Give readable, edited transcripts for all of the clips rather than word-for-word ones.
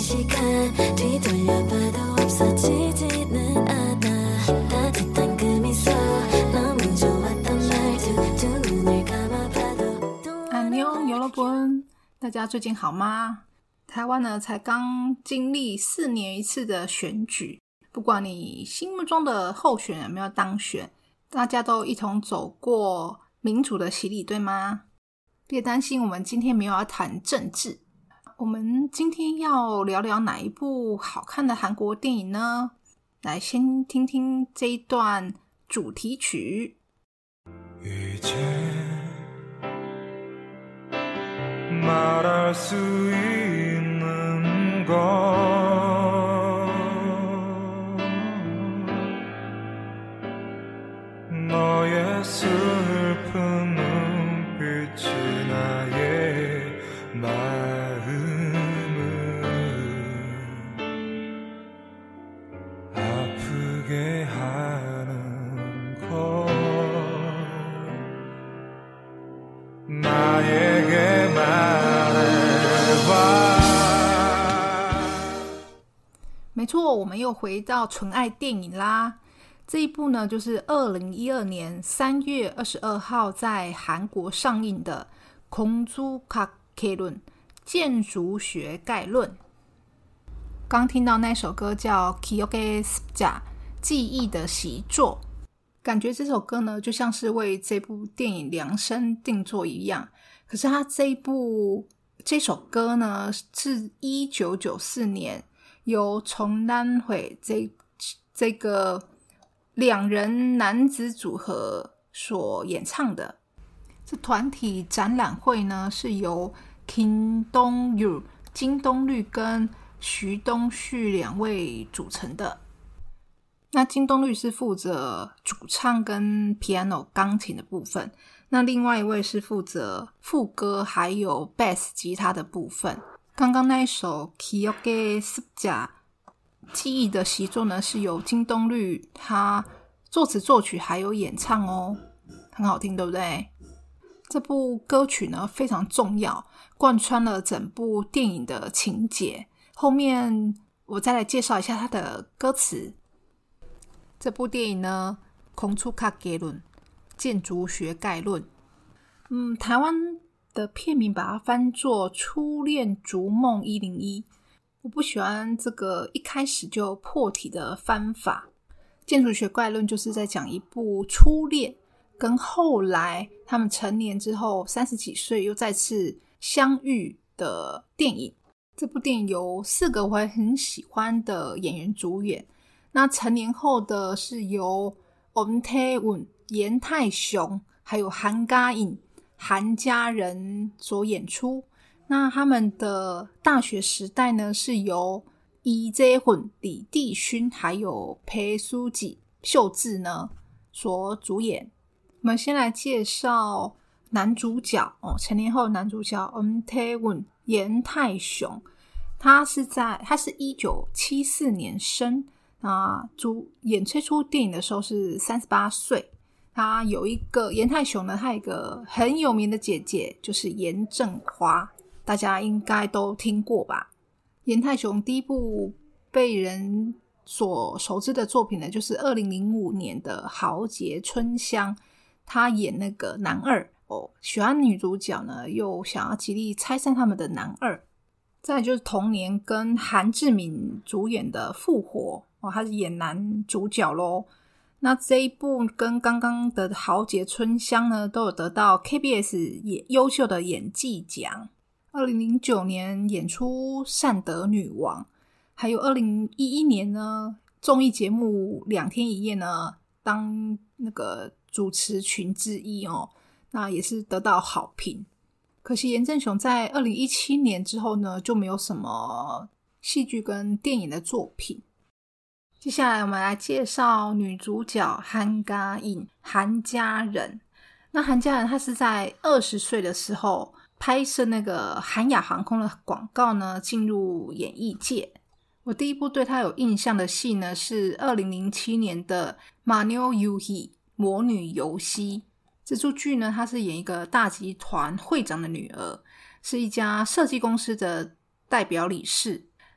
시간 뒤돌려봐도 없어지지는 않아 따뜻한 그 미소 너무 좋았던 말투 두 눈을 감아봐도 안녕 여러분，大家最近好吗？台湾呢才刚经历4年一次的选举，不管你心目中的候选人有没有当选，大家都一同走过民主的洗礼，对吗？别担心，我们今天没有要谈政治，我们今天要聊聊哪一部好看的韩国电影呢？来先听听这一段主题曲。 이제 말할 수 있는 건 너의 슬픈 눈빛이 나의 마음을 아프게 하는 것 나에게 말해봐。 没错，我们又回到纯爱电影啦。这一部呢，就是2012年3月22号在韩国上映的《공주학개론》建筑学概论。刚听到那首歌叫《기억의 습자》记忆的习作，感觉这首歌呢就像是为这部电影量身定做一样。可是它这首歌呢是1994年由从南会这个两人男子组合所演唱的。这团体展览会呢是由金东律跟徐东旭两位组成的。那金东律是负责主唱跟 piano 钢琴的部分，那另外一位是负责副歌还有 bass 吉他的部分。刚刚那一首 기억의 습자记忆的习作呢是由金东律他作词作曲还有演唱哦，很好听对不对？这部歌曲呢非常重要，贯穿了整部电影的情节。后面我再来介绍一下它的歌词。这部电影呢공주학개론建筑学概论，台湾的片名把它翻作初恋逐梦101。我不喜欢这个一开始就破题的翻法。建筑学概论就是在讲一部初恋跟后来他们成年之后30几岁又再次相遇的电影。这部电影由4个我很喜欢的演员主演，那成年后的是由엄태운严泰雄还有韩家印韩家人所演出。那他们的大学时代呢是由이재훈李帝勋还有배수지秀智呢所主演。我们先来介绍男主角成年后的男主角엄태운严泰雄。他是1974年生，演这出电影的时候是38岁。他有一个严泰雄呢，他有一个很有名的姐姐，就是严正花，大家应该都听过吧。严泰雄第一部被人所熟知的作品呢，就是2005年的《豪杰春香》，他演那个男二喜欢女主角呢，又想要极力拆散他们的男二。再来就是同年跟韩志敏主演的《复活》他是演男主角咯。那这一部跟刚刚的《豪杰春香》呢，都有得到 KBS 优秀的演技奖。2009年演出《善德女王》，还有2011年呢综艺节目《2天1夜》呢当那个主持群之一那也是得到好评。可惜严正雄在2017年之后呢就没有什么戏剧跟电影的作品。接下来我们来介绍女主角韩家印韩家人。那韩家人她是在20岁的时候拍摄那个韩亚航空的广告呢进入演艺界。我第一部对她有印象的戏呢是2007年的마녀 유희魔女游戏。这出剧呢她是演一个大集团会长的女儿，是一家设计公司的代表理事。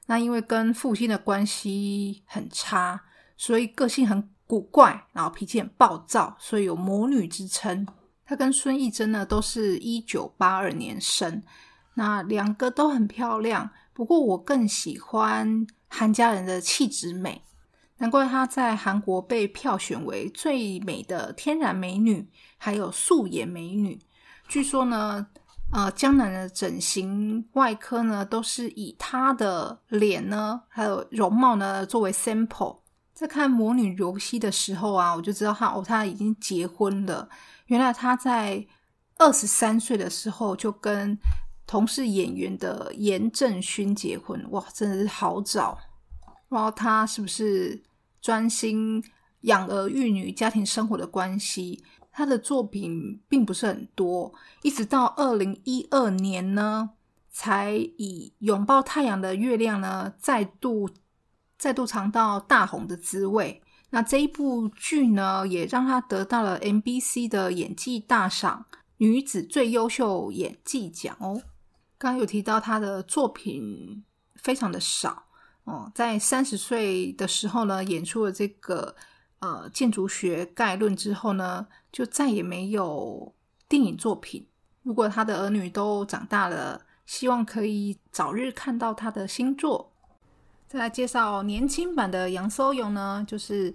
那因为跟父亲的关系很差，所以个性很古怪，然后脾气很暴躁，所以有魔女之称。她跟孙艺珍呢都是1982年生，那两个都很漂亮，不过我更喜欢韩家人的气质美，难怪她在韩国被票选为最美的天然美女，还有素颜美女。据说呢江南的整形外科呢都是以她的脸呢还有容貌呢作为 sample。 在看魔女游戏的时候啊，我就知道她已经结婚了。原来她在23岁的时候就跟同是演员的严正勋结婚，哇，真的是好早。不知道她是不是专心养儿育女家庭生活的关系，他的作品并不是很多，一直到2012年呢才以拥抱太阳的月亮呢再度尝到大红的滋味。那这一部剧呢也让他得到了 MBC 的演技大赏女子最优秀演技奖哦。刚刚有提到他的作品非常的少在30岁的时候呢演出了这个建筑学概论之后呢就再也没有电影作品。如果他的儿女都长大了，希望可以早日看到他的新作。再来介绍年轻版的杨搜勇呢，就是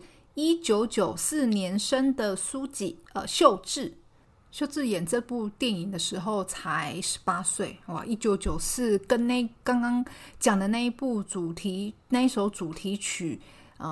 1994年生的苏吉秀智。秀智演这部电影的时候才18岁，哇！1994跟刚刚讲的那一首主题曲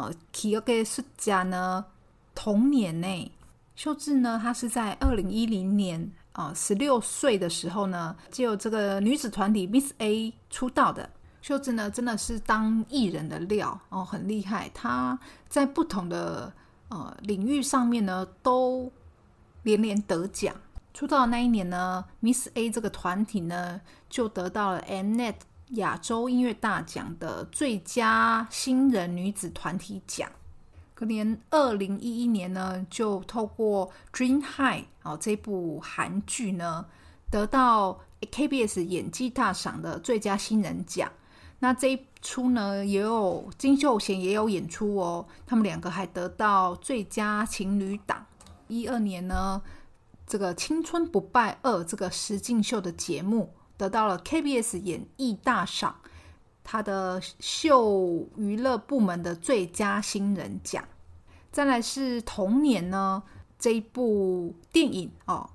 기억의 숫자呢同年呢。秀智呢她是在2010年16岁的时候呢藉由这个女子团体 Miss A 出道的。秀智呢真的是当艺人的料很厉害，她在不同的领域上面呢都连连得奖。出道的那一年呢 Miss A 这个团体呢就得到了 Mnet 亚洲音乐大奖的最佳新人女子团体奖。隔年2011年呢就透过 Dream High 这部韩剧呢得到 KBS 演技大赏的最佳新人奖。那这一出呢也有金秀贤也有演出他们两个还得到最佳情侣档。12年呢这个青春不败2这个实境秀的节目得到了 KBS 演艺大赏他的秀娱乐部门的最佳新人奖。再来是同年呢这一部电影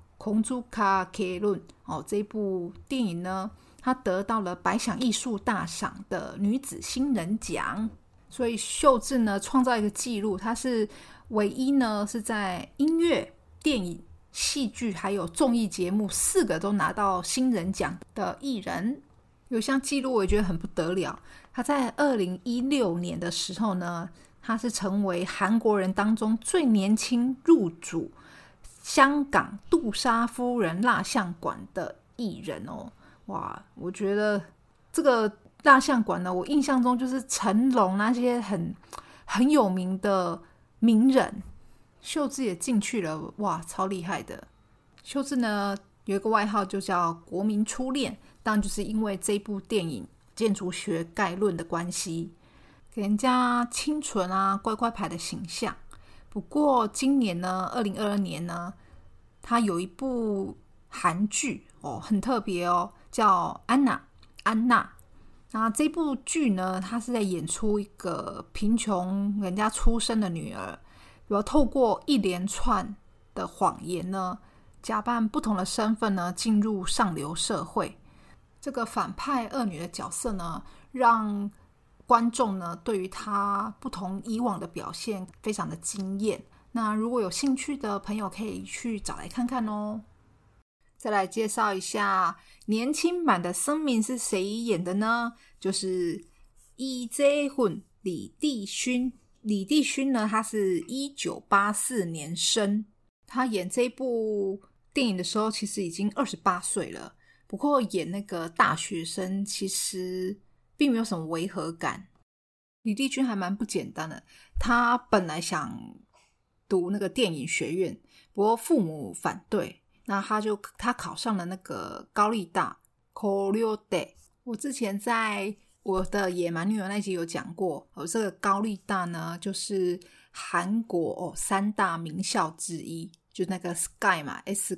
공주카 결혼这一部电影呢他得到了百想艺术大赏的女子新人奖。所以秀智呢创造一个纪录，她是唯一呢是在音乐、电影、戏剧还有综艺节目4个都拿到新人奖的艺人。有项纪录我也觉得很不得了，他在2016年的时候呢他是成为韩国人当中最年轻入主香港杜莎夫人蜡像馆的艺人哇，我觉得这个蜡像馆呢我印象中就是成龙那些很有名的名人，秀智也进去了，哇，超厉害的。秀智呢有一个外号就叫国民初恋，当然就是因为这部电影建筑学概论的关系，给人家清纯乖乖牌的形象。不过今年呢2022年呢他有一部韩剧很特别叫安娜。那这部剧呢他是在演出一个贫穷人家出身的女儿，然后透过一连串的谎言呢假扮不同的身份呢进入上流社会。这个反派恶女的角色呢让观众呢对于她不同以往的表现非常的惊艳。那如果有兴趣的朋友可以去找来看看再来介绍一下年轻版的声明是谁演的呢？就是李재훈李帝勋。李帝勋呢他是1984年生，他演这部电影的时候其实已经28岁了，不过演那个大学生其实并没有什么违和感。李帝勋还蛮不简单的，他本来想读那个电影学院，不过父母反对，那他考上了那个高丽大 Koreo대。 我之前在我的野蛮女友那集有讲过，这个高丽大呢就是韩国3大名校之一，就那个 Sky 嘛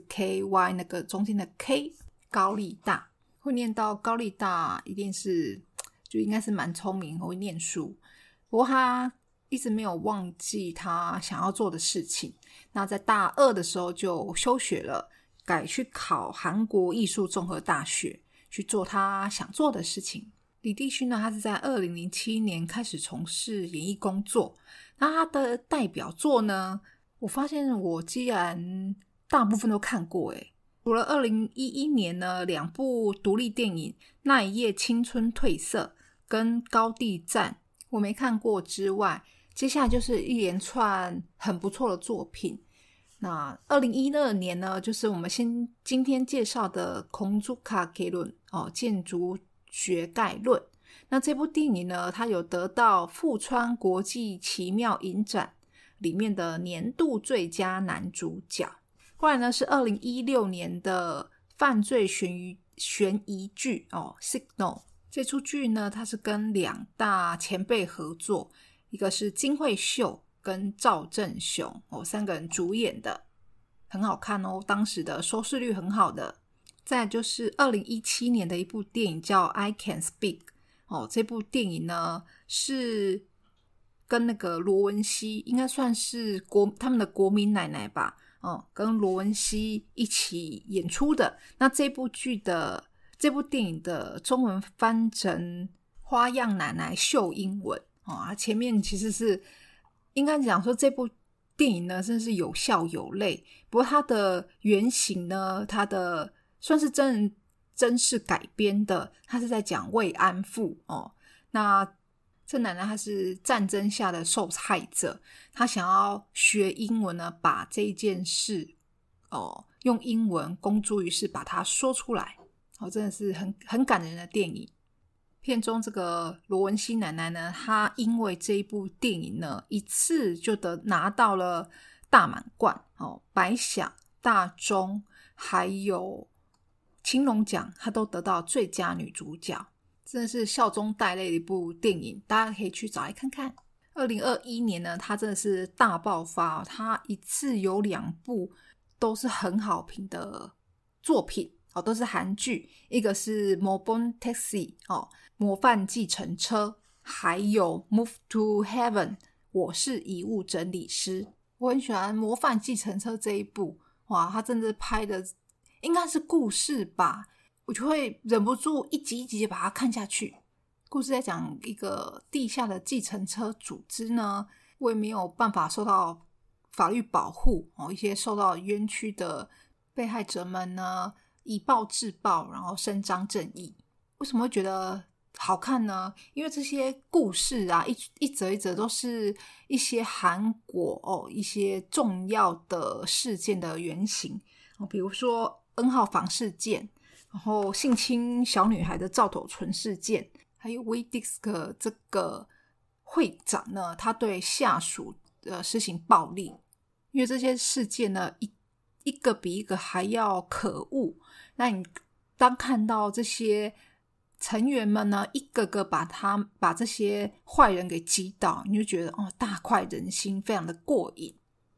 SKY 那个中间的 K 高丽大。会念到高丽大一定是就应该是蛮聪明会念书，不过他一直没有忘记他想要做的事情。那在大2的时候就休学了，改去考韩国艺术综合大学，去做他想做的事情。李帝勋呢，他是在2007年开始从事演艺工作。那他的代表作呢，我发现我既然大部分都看过耶，除了2011年呢2部独立电影《那一夜青春褪色》跟《高地战》我没看过之外，接下来就是一连串很不错的作品。那2012年呢，就是我们今天介绍的《konjuka 개론》建筑学概论。那这部电影呢，它有得到富川国际奇妙影展里面的年度最佳男主角。后来呢是2016年的犯罪悬疑剧Signal。 这出剧呢，它是跟2大前辈合作，一个是金惠秀跟赵正雄3个人主演的，很好看当时的收视率很好的。再来就是2017年的一部电影叫 I Can Speak 这部电影呢是跟那个罗文熙应该算是他们的国民奶奶吧跟罗文熙一起演出的。那这部电影的中文翻成花样奶奶秀英文前面其实是应该讲说这部电影呢真是有笑有泪。不过它的原型呢，它的算是真事改编的，它是在讲慰安妇那这奶奶她是战争下的受害者，她想要学英文呢，把这件事用英文公诸于世，把它说出来真的是很感人的电影。片中这个罗文熙奶奶呢，她因为这一部电影呢，一次就拿到了大满贯百想、大钟还有青龙奖，她都得到最佳女主角，真的是笑中带泪的一部电影，大家可以去找来看看。2021年呢，她真的是大爆发她一次有2部都是很好评的作品都是韩剧，一个是 Mobon Taxi 模范计程车，还有 Move to Heaven 我是遗物整理师。我很喜欢模范计程车这一部，哇，他真的拍的应该是故事吧，我就会忍不住一集一集把它看下去。故事在讲一个地下的计程车组织呢，为没有办法受到法律保护一些受到冤屈的被害者们呢，以暴制暴，然后伸张正义。为什么会觉得好看呢？因为这些故事啊，一则一则都是一些韩国一些重要的事件的原型比如说 N 号房事件，然后性侵小女孩的赵斗淳事件，还有 WeDisk 这个会长呢，他对下属施行暴力。因为这些事件呢，一个比一个还要可恶。那你当看到这些成员们呢，一个个把这些坏人给击倒，你就觉得大快人心，非常的过瘾。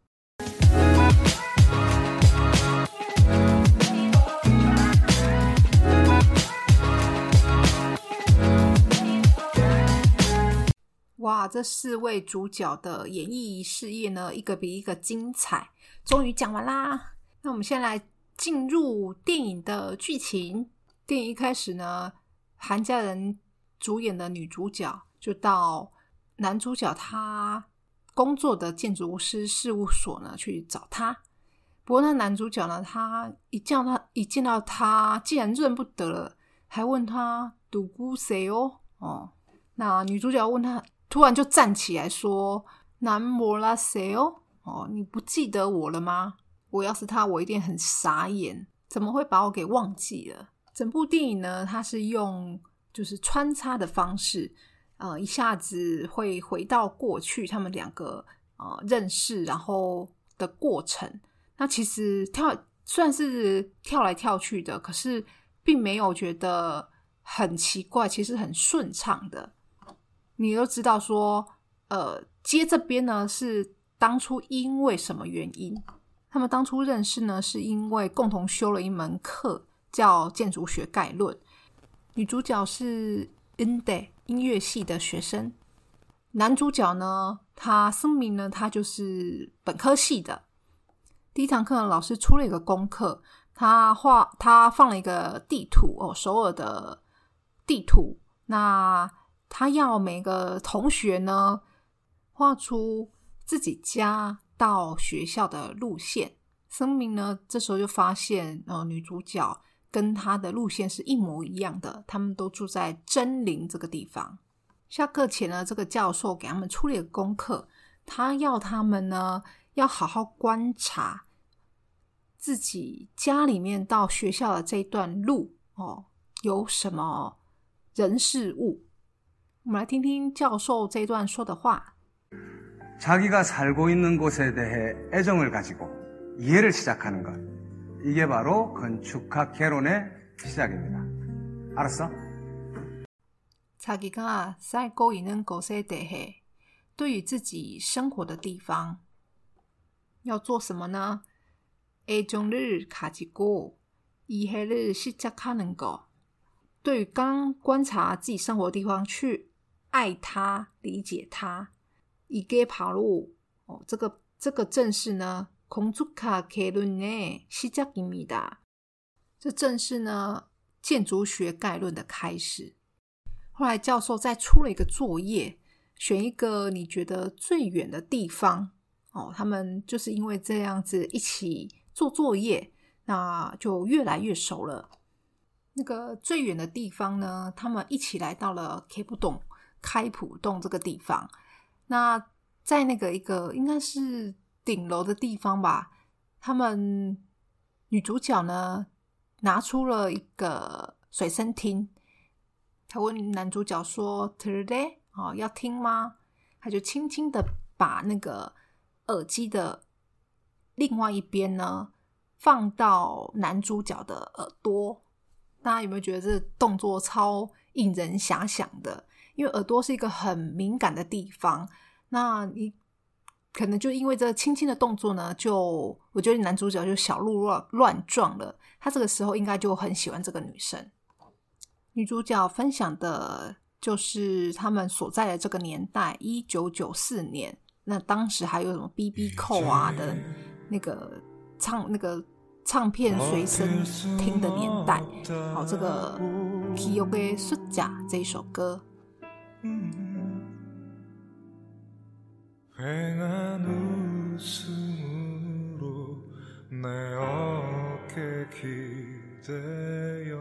哇，这4位主角的演艺事业呢，一个比一个精彩。终于讲完啦，那我们先来进入电影的剧情。电影一开始呢，韩家人主演的女主角就到男主角他工作的建筑师事务所呢去找他。不过那男主角呢，他一见到他竟然认不得了，还问他누구세요？那女主角问他，突然就站起来说난 몰랐어요？你不记得我了吗？我要是他，我一定很傻眼，怎么会把我给忘记了？整部电影呢，它是用就是穿插的方式，一下子会回到过去他们2个认识然后的过程。那其实虽然是跳来跳去的，可是并没有觉得很奇怪，其实很顺畅的。你都知道说接这边呢是当初因为什么原因，他们当初认识呢是因为共同修了一门课叫建筑学概论。女主角是 Inde 音乐系的学生，男主角呢他声明呢他就是本科系的。第一堂课呢老师出了一个功课，他放了一个地图首尔的地图，那他要每个同学呢画出自己家到学校的路线。声明呢这时候就发现女主角跟她的路线是一模一样的，他们都住在真陵这个地方。下课前呢，这个教授给他们出了一个功课，他要他们呢要好好观察自己家里面到学校的这一段路有什么人事物。我们来听听教授这一段说的话。 자기가 살고 있는 곳에 대해 애정을 가지고 이해를 시작하는 것, 이게 바로 건축학 개론의 시작입니다. 알았어? 자기가 살고 있는 곳에 대해 对于自己生活的地方要做什么呢？ 애정을 가지고 이해를 시작하는 것 对于刚观察自己生活的地方去爱它理解它。 이게 바로 这个正是呢 건축학 개론의 시작입니다 这正是呢建筑学概论的开始。后来教授再出了一个作业，选一个你觉得最远的地方他们就是因为这样子一起做作业，那就越来越熟了。那个最远的地方呢，他们一起来到了开浦洞这个地方。那在那个一个应该是顶楼的地方吧，他们女主角呢拿出了一个随身听，他问男主角说 들래？ 要听吗？他就轻轻的把那个耳机的另外一边呢放到男主角的耳朵。大家有没有觉得这动作超引人遐想的？因为耳朵是一个很敏感的地方，那你可能就因为这轻轻的动作呢，我觉得男主角就小鹿乱撞了。他这个时候应该就很喜欢这个女生。女主角分享的就是他们所在的这个年代1994年，那当时还有什么 BB 扣的那个唱片随身听的年代。这个 기억의 숫자 这一首歌。 휑한 웃음으로 내 어깨 기대어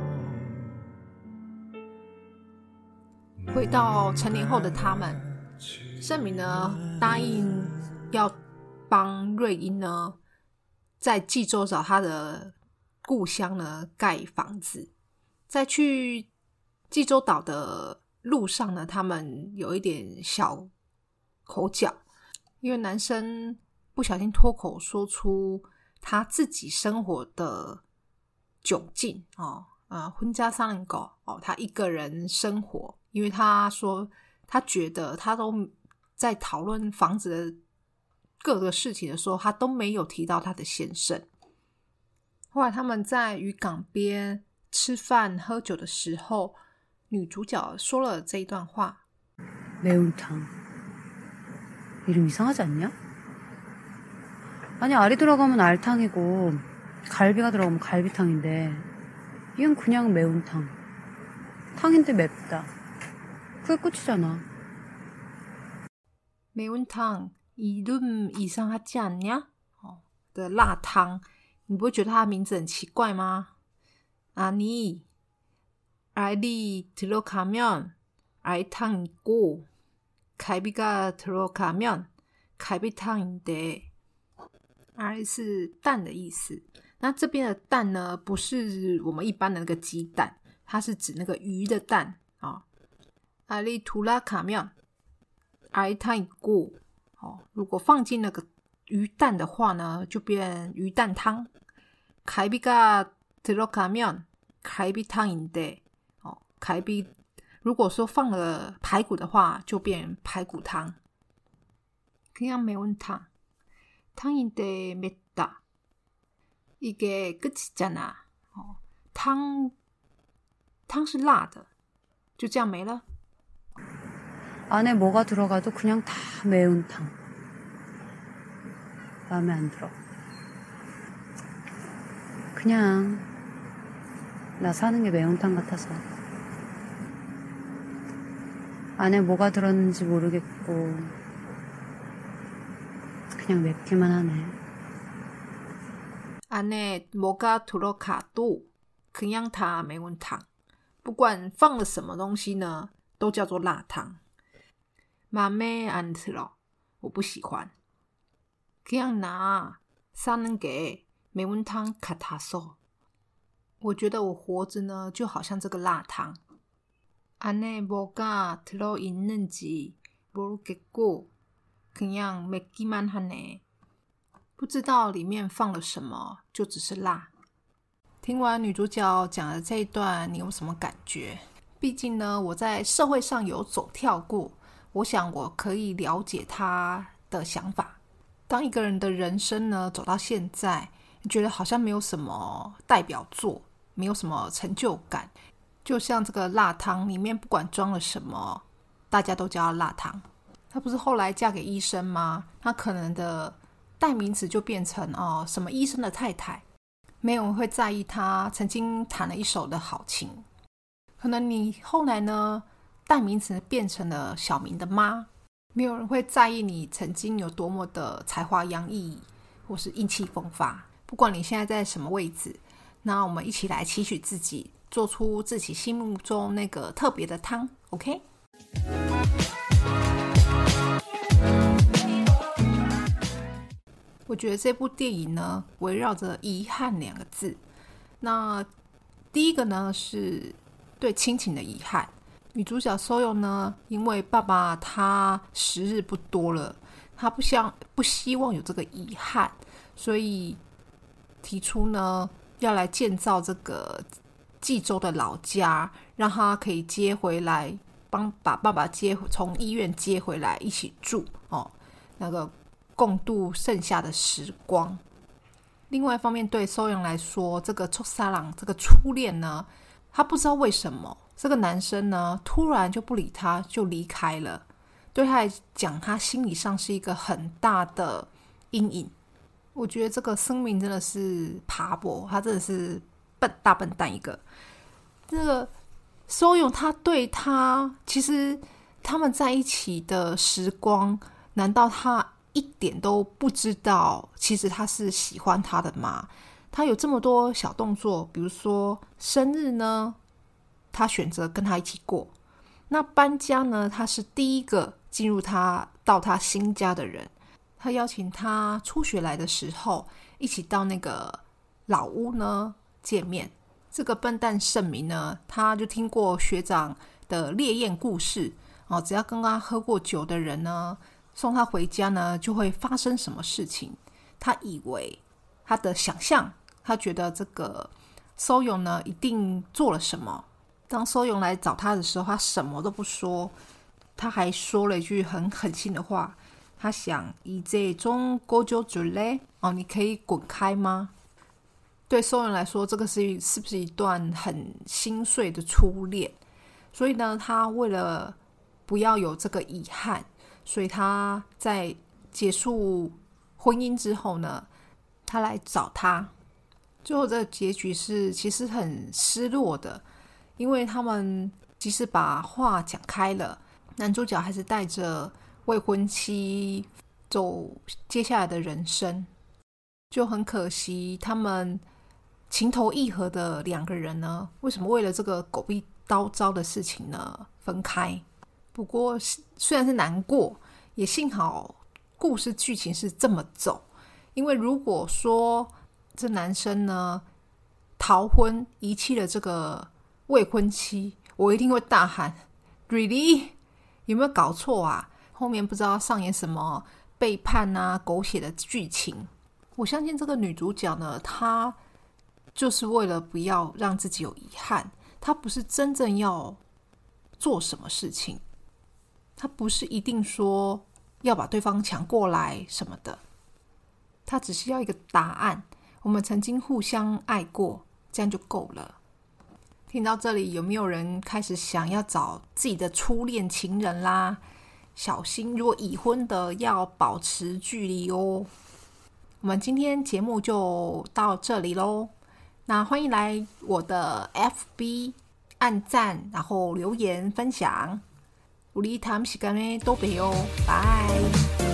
回到成年后的他们，盛敏呢答应要帮瑞英呢在济州找他的故乡呢盖房子。在去济州岛的路上呢，他们有一点小口角，因为男生不小心脱口说出他自己生活的窘境혼자 사는 거他一个人生活。因为他说他觉得他都在讨论房子的各个事情的时候，他都没有提到他的先生。后来他们在渔港边吃饭喝酒的时候，女主角说了这一段话。 매운탕 이름 이상하지 않냐? 아니 알이 들어가면 알탕이고 갈비가 들어가면 갈비탕인데 이건 그냥 매운탕 탕인데 맵다 그게 끝이잖아. 매운탕 이름 이상하지 않냐? 的辣汤，你不会觉得它的名字很奇怪吗？ 아니 알이 들어가면 알탕이고 갈비가 들어가면 갈비탕인데 알是蛋的意思。那这边的蛋呢，不是我们一般的那个鸡蛋，它是指那个鱼的蛋알이 들어가면 알탕이고如果放进那个鱼蛋的话呢，就变鱼蛋汤。갈비가 들어가면 갈비탕인데 갈비如果说放了排骨的话就变排骨汤。그냥 매운탕 탕인데 맵다. 이게 끝이잖아. 汤是辣的，就这样没了。 안에 뭐가 들어가도 그냥 다 매운탕. 마음에 안 들어. 그냥 나 사는 게 매운탕 같아서. 안에 뭐가 들었는지 모르겠고 그냥 맵기만 하네. 안에 뭐가 들어가도 그냥 다 매운탕. 不管放了什么东西呢，都叫做辣汤。맘에 안 들어. 我不喜欢。그냥 나 사는 게 매운탕 같아서. 我觉得我活着呢，就好像这个辣汤。안에 뭐가 들어있는지 모르겠고 그냥 맵기만 하네. 不知道里面放了什么，就只是辣。听完女主角讲的这一段，你有什么感觉？毕竟呢，我在社会上有走跳过，我想我可以了解她的想法。当一个人的人生呢走到现在，你觉得好像没有什么代表作，没有什么成就感，就像这个辣汤里面不管装了什么，大家都叫它辣汤。她不是后来嫁给医生吗？她可能的代名词就变成什么医生的太太，没有人会在意她曾经弹了一手的好琴。可能你后来呢代名词变成了小明的妈，没有人会在意你曾经有多么的才华洋溢或是意气风发。不管你现在在什么位置，那我们一起来期许自己，做出自己心目中那个特别的汤 OK。我觉得这部电影呢围绕着遗憾两个字。那第一个呢是对亲情的遗憾。女主角So-young呢，因为爸爸他时日不多了，他不希望有这个遗憾，所以提出呢要来建造这个济州的老家，让他可以接回来，把爸爸从医院接回来一起住那个共度剩下的时光。另外一方面，对So-young来说，这个첫사랑这个初恋呢，他不知道为什么这个男生呢突然就不理他，就离开了。对他来讲，他心理上是一个很大的阴影。我觉得这个生命真的是爬坡，他真的是大笨蛋一个。这个So-young他对他，其实他们在一起的时光，难道他一点都不知道其实他是喜欢他的吗？他有这么多小动作，比如说生日呢他选择跟他一起过，那搬家呢他是第一个进入到他新家的人，他邀请他初学来的时候一起到那个老屋呢见面。这个笨蛋盛明呢，他就听过学长的烈焰故事只要跟他喝过酒的人呢送他回家呢就会发生什么事情。他以为他的想象，他觉得这个So-young呢一定做了什么。当So-young来找他的时候，他什么都不说，他还说了一句很狠心的话，他想이제 좀 꺼져줄래？你可以滚开吗？对So-young来说，这个是不是一段很心碎的初恋？所以呢，他为了不要有这个遗憾，所以他在结束婚姻之后呢，他来找他。最后这个结局是其实很失落的，因为他们即使把话讲开了，男主角还是带着未婚妻走接下来的人生。就很可惜，他们情投意合的两个人呢，为什么为了这个狗屁叨糟的事情呢分开？不过虽然是难过，也幸好故事剧情是这么走。因为如果说这男生呢逃婚遗弃了这个未婚妻，我一定会大喊 Really？ 有没有搞错啊？后面不知道上演什么背叛啊狗血的剧情。我相信这个女主角呢，她就是为了不要让自己有遗憾， 他不是真正要做什么事情，他不是一定说要把对方抢过来什么的，他只是要一个答案，我们曾经互相爱过，这样就够了。听到这里，有没有人开始想要找自己的初恋情人啦？小心，如果已婚的要保持距离哦。我们今天节目就到这里咯，那欢迎来我的 FB 按赞，然后留言分享。우리 다음 시간에 또 봬요. 바이.